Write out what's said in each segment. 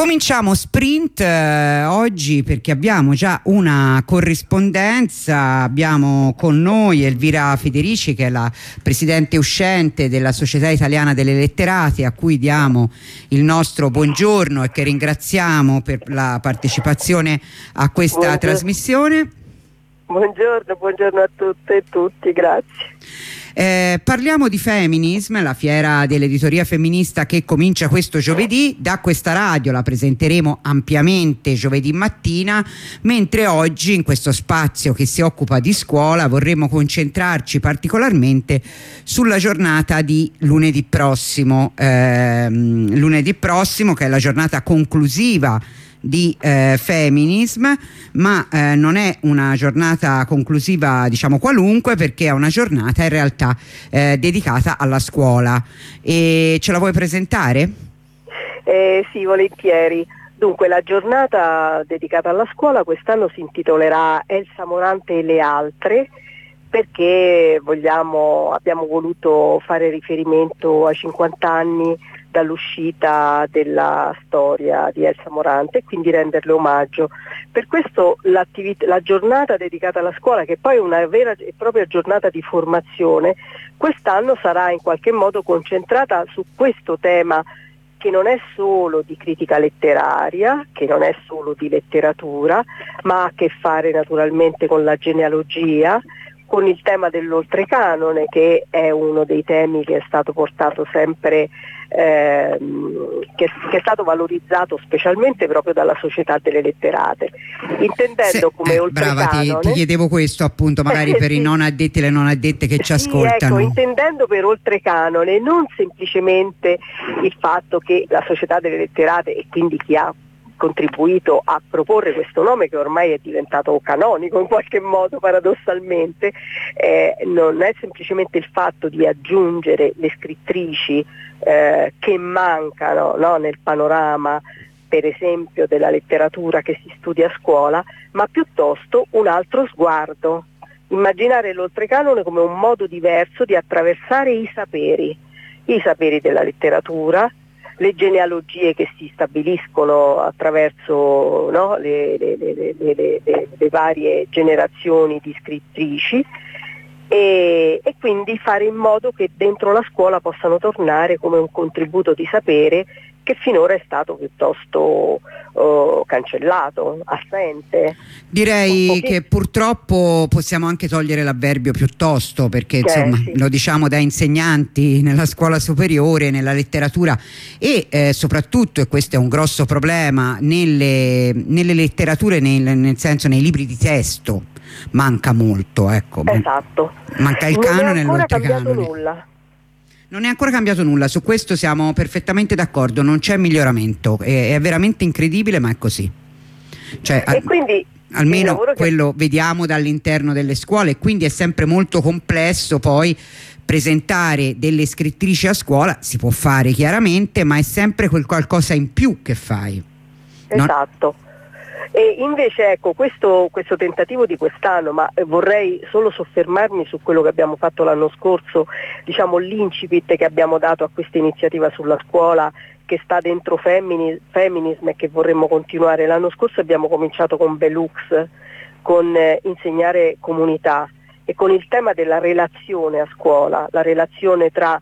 Cominciamo sprint oggi perché abbiamo già una corrispondenza. Abbiamo con noi Elvira Federici, che è la presidente uscente della Società Italiana delle Letterate, a cui diamo il nostro buongiorno e che ringraziamo per la partecipazione a questa trasmissione. Buongiorno a tutte e tutti, grazie. Parliamo di Feminism, la fiera dell'editoria femminista che comincia questo giovedì. Da questa radio la presenteremo ampiamente giovedì mattina, mentre oggi in questo spazio che si occupa di scuola vorremmo concentrarci particolarmente sulla giornata di lunedì prossimo, che è la giornata conclusiva di Feminism, ma non è una giornata conclusiva diciamo qualunque, perché è una giornata in realtà dedicata alla scuola. E ce la vuoi presentare? Sì, volentieri. Dunque, la giornata dedicata alla scuola quest'anno si intitolerà Elsa Morante e le altre, perché abbiamo voluto fare riferimento ai 50 anni dall'uscita della storia di Elsa Morante e quindi renderle omaggio. Per questo la giornata dedicata alla scuola, che poi è una vera e propria giornata di formazione, quest'anno sarà in qualche modo concentrata su questo tema, che non è solo di critica letteraria, che non è solo di letteratura, ma ha a che fare naturalmente con la genealogia, con il tema dell'oltrecanone, che è uno dei temi che è stato portato sempre, che è stato valorizzato specialmente proprio dalla Società delle Letterate, intendendo come oltrecanone. Brava, ti chiedevo questo appunto, magari per sì. i non addetti e le non addette che ci ascoltano. Ecco, intendendo per oltrecanone non semplicemente il fatto che la Società delle Letterate, e quindi chi ha contribuito a proporre questo nome, che ormai è diventato canonico in qualche modo paradossalmente, non è semplicemente il fatto di aggiungere le scrittrici che mancano, no, nel panorama per esempio della letteratura che si studia a scuola, ma piuttosto un altro sguardo, immaginare l'oltrecanone come un modo diverso di attraversare i saperi della letteratura, le genealogie che si stabiliscono attraverso, no, le varie generazioni di scrittrici, e quindi fare in modo che dentro la scuola possano tornare come un contributo di sapere che finora è stato piuttosto cancellato, assente. Direi che purtroppo possiamo anche togliere l'avverbio piuttosto, perché insomma sì. Lo diciamo da insegnanti nella scuola superiore, nella letteratura e soprattutto, e questo è un grosso problema, nelle letterature, nel senso nei libri di testo manca molto, ecco. Esatto. Manca il canone e l'oltrecanone. Non è ancora cambiato nulla. Non è ancora cambiato nulla, su questo siamo perfettamente d'accordo, non c'è miglioramento, è veramente incredibile, ma è così. Cioè, e quindi almeno quello vediamo dall'interno delle scuole, quindi è sempre molto complesso poi presentare delle scrittrici a scuola. Si può fare chiaramente, ma è sempre quel qualcosa in più che fai. Esatto. E invece ecco, questo tentativo di quest'anno, ma vorrei solo soffermarmi su quello che abbiamo fatto l'anno scorso, diciamo l'incipit che abbiamo dato a questa iniziativa sulla scuola, che sta dentro Feminism e che vorremmo continuare. L'anno scorso abbiamo cominciato con Belux, con insegnare comunità, e con il tema della relazione a scuola, la relazione tra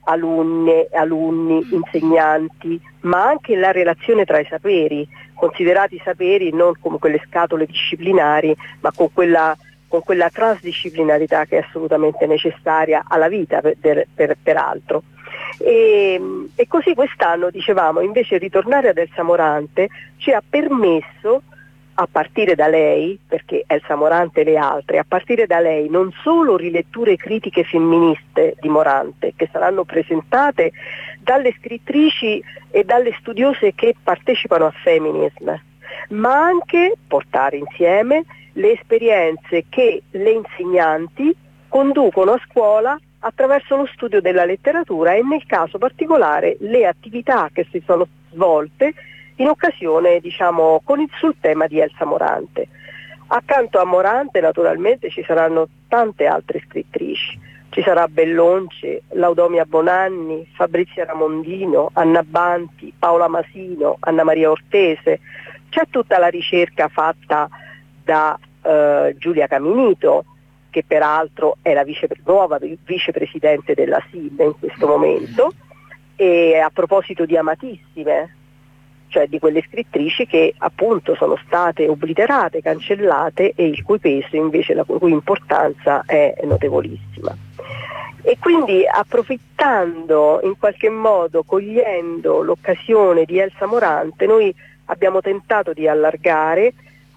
alunni, insegnanti, ma anche la relazione tra i saperi, considerati i saperi non come quelle scatole disciplinari, ma con quella transdisciplinarità che è assolutamente necessaria alla vita peraltro. E così quest'anno, dicevamo, invece ritornare ad Elsa Morante ci ha permesso, a partire da lei, perché Elsa Morante e le altre, a partire da lei non solo riletture critiche femministe di Morante, che saranno presentate dalle scrittrici e dalle studiose che partecipano a Feminism, ma anche portare insieme le esperienze che le insegnanti conducono a scuola attraverso lo studio della letteratura, e nel caso particolare le attività che si sono svolte in occasione, diciamo, sul tema di Elsa Morante. Accanto a Morante naturalmente ci saranno tante altre scrittrici, Ci sarà Bellonce, Laudomia Bonanni, Fabrizia Ramondino, Anna Banti, Paola Masino, Anna Maria Ortese. C'è tutta la ricerca fatta da Giulia Caminito, che peraltro è la nuova vicepresidente della SIL in questo momento, e a proposito di amatissime, cioè di quelle scrittrici che appunto sono state obliterate, cancellate e il cui peso invece, la cui importanza è notevolissima. E quindi, approfittando, in qualche modo cogliendo l'occasione di Elsa Morante, noi abbiamo tentato di allargare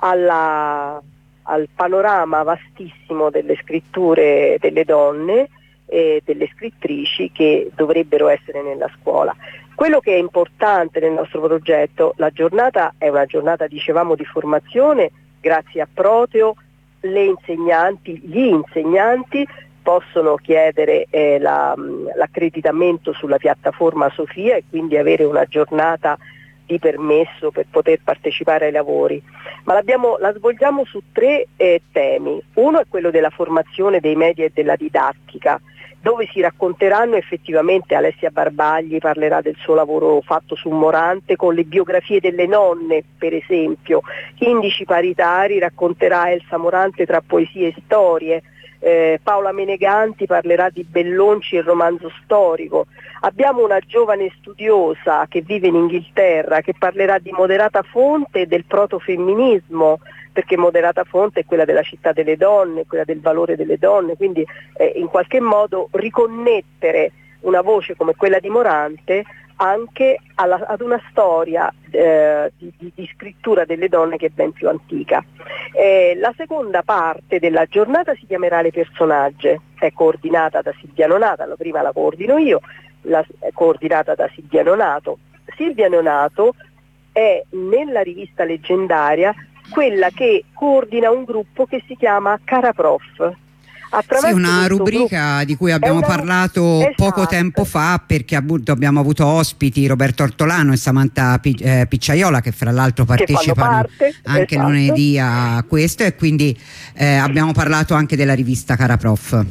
al panorama vastissimo delle scritture delle donne e delle scrittrici che dovrebbero essere nella scuola. Quello che è importante nel nostro progetto, la giornata è una giornata, dicevamo, di formazione. Grazie a Proteo gli insegnanti possono chiedere l'accreditamento sulla piattaforma Sofia e quindi avere una giornata di permesso per poter partecipare ai lavori. Ma la svolgiamo su 3 temi. Uno è quello della formazione dei media e della didattica, dove si racconteranno effettivamente, Alessia Barbagli parlerà del suo lavoro fatto su Morante con le biografie delle nonne, per esempio. Indici paritari racconterà Elsa Morante tra poesie e storie. Paola Meneganti parlerà di Bellonci e il romanzo storico. Abbiamo una giovane studiosa che vive in Inghilterra che parlerà di moderata fonte e del protofemminismo, perché moderata fonte è quella della città delle donne, quella del valore delle donne, quindi in qualche modo riconnettere una voce come quella di Morante anche ad una storia di scrittura delle donne che è ben più antica. La seconda parte della giornata si chiamerà Le personaggi, è coordinata da Silvia Nonato, la prima la coordino io, è coordinata da Silvia Nonato. Silvia Nonato è nella rivista leggendaria quella che coordina un gruppo che si chiama Cara Prof. Sì, una rubrica di cui abbiamo parlato poco tempo fa, perché abbiamo avuto ospiti Roberto Ortolano e Samantha Picciaiola, che fra l'altro partecipano anche lunedì a questo, e quindi abbiamo parlato anche della rivista Cara Prof.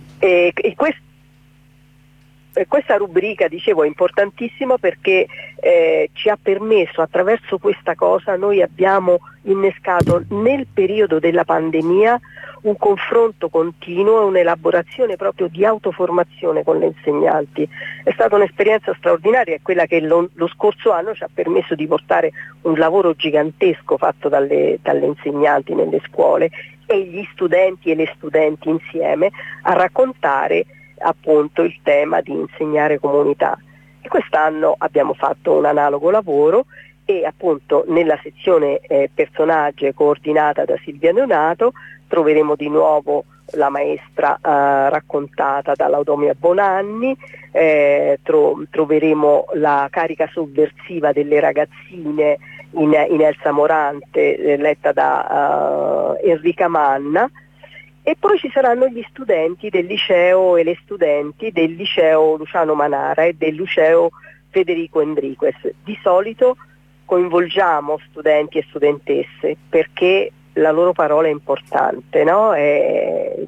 Questa rubrica, dicevo, è importantissima perché ci ha permesso, attraverso questa cosa, noi abbiamo innescato nel periodo della pandemia un confronto continuo e un'elaborazione proprio di autoformazione con le insegnanti. È stata un'esperienza straordinaria, è quella che lo scorso anno ci ha permesso di portare un lavoro gigantesco fatto dalle insegnanti nelle scuole e gli studenti e le studenti insieme a raccontare appunto il tema di insegnare comunità. E quest'anno abbiamo fatto un analogo lavoro e appunto nella sezione personaggi coordinata da Silvia Nonato troveremo di nuovo la maestra raccontata da Laudomia Bonanni, troveremo la carica sovversiva delle ragazzine in Elsa Morante letta da Enrica Manna, e poi ci saranno gli studenti del liceo e le studenti del liceo Luciano Manara e del liceo Federico Enriquez. Di solito coinvolgiamo studenti e studentesse perché la loro parola è importante, no? È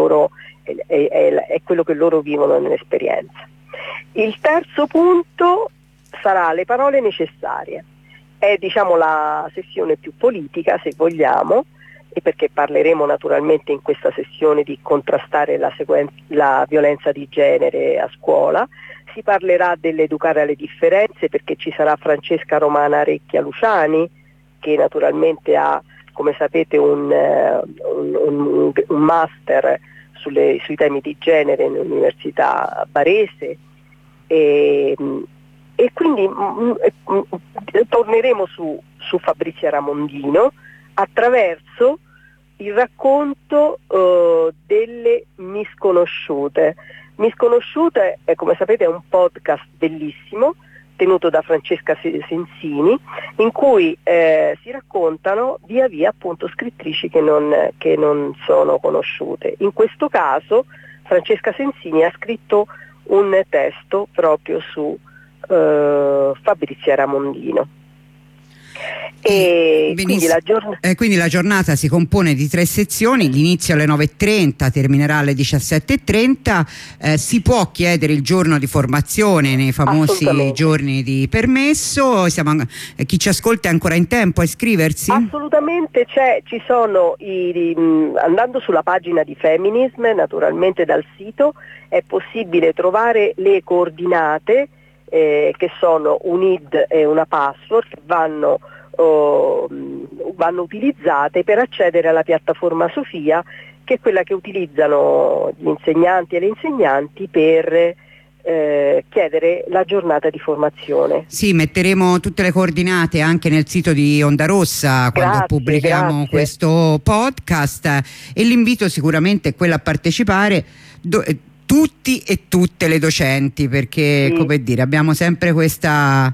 quello che loro vivono nell'esperienza. Il terzo punto sarà le parole necessarie. È, diciamo, la sessione più politica, se vogliamo, e perché parleremo naturalmente in questa sessione di contrastare la violenza di genere a scuola. Si parlerà dell'educare alle differenze, perché ci sarà Francesca Romana Recchia Luciani, che naturalmente ha, come sapete, un master sui temi di genere nell'Università Barese, e quindi torneremo su Fabrizia Ramondino attraverso il racconto delle misconosciute. Misconosciute, come sapete, è un podcast bellissimo tenuto da Francesca Sensini, in cui si raccontano via via appunto scrittrici che non sono conosciute. In questo caso Francesca Sensini ha scritto un testo proprio su Fabrizia Ramondino. Quindi la giornata si compone di 3 sezioni, l'inizio alle 9:30, terminerà alle 17:30. Si può chiedere il giorno di formazione nei famosi giorni di permesso. Chi ci ascolta è ancora in tempo a iscriversi? Assolutamente, ci sono andando sulla pagina di Feminism, naturalmente dal sito è possibile trovare le coordinate che sono un ID e una password che vanno utilizzate per accedere alla piattaforma Sofia, che è quella che utilizzano gli insegnanti e le insegnanti per chiedere la giornata di formazione. Sì, metteremo tutte le coordinate anche nel sito di Onda Rossa quando pubblichiamo questo podcast, e l'invito sicuramente è quello a partecipare tutti e tutte le docenti, perché come dire, abbiamo sempre questa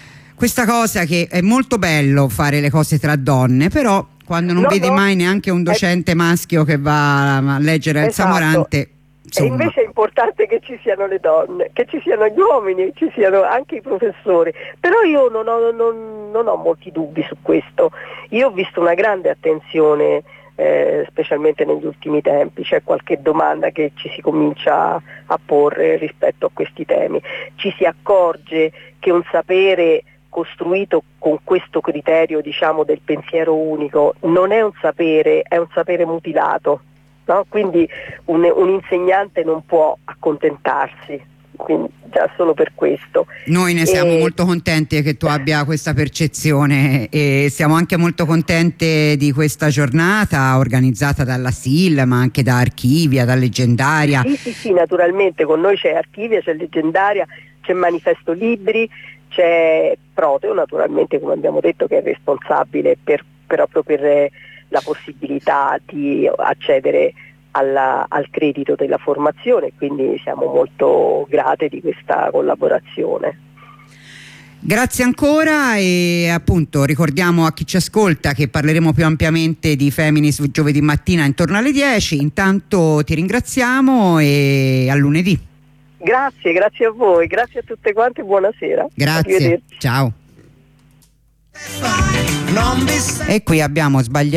cosa che è molto bello fare le cose tra donne, però quando non vedi mai neanche un docente maschio che va a leggere il Samorante. E invece è importante che ci siano le donne, che ci siano gli uomini, che ci siano anche i professori, però io non ho molti dubbi su questo. Io ho visto una grande attenzione, specialmente negli ultimi tempi. C'è qualche domanda che ci si comincia a porre rispetto a questi temi, ci si accorge che un sapere costruito con questo criterio, diciamo, del pensiero unico non è un sapere, è un sapere mutilato, no? Quindi un insegnante non può accontentarsi, quindi già solo per questo. Noi ne siamo molto contenti che tu abbia questa percezione, e siamo anche molto contente di questa giornata organizzata dalla SIL, ma anche da Archivia, da Leggendaria. Sì, naturalmente con noi c'è Archivia, c'è Leggendaria, c'è Manifesto Libri, c'è Proteo naturalmente, come abbiamo detto, che è responsabile proprio per la possibilità di accedere al credito della formazione, quindi siamo molto grate di questa collaborazione. Grazie ancora, e appunto ricordiamo a chi ci ascolta che parleremo più ampiamente di Feminism giovedì mattina intorno alle 10. Intanto ti ringraziamo e a lunedì. Grazie a voi, grazie a tutte quante, buonasera. Grazie, ciao. E qui abbiamo sbagliato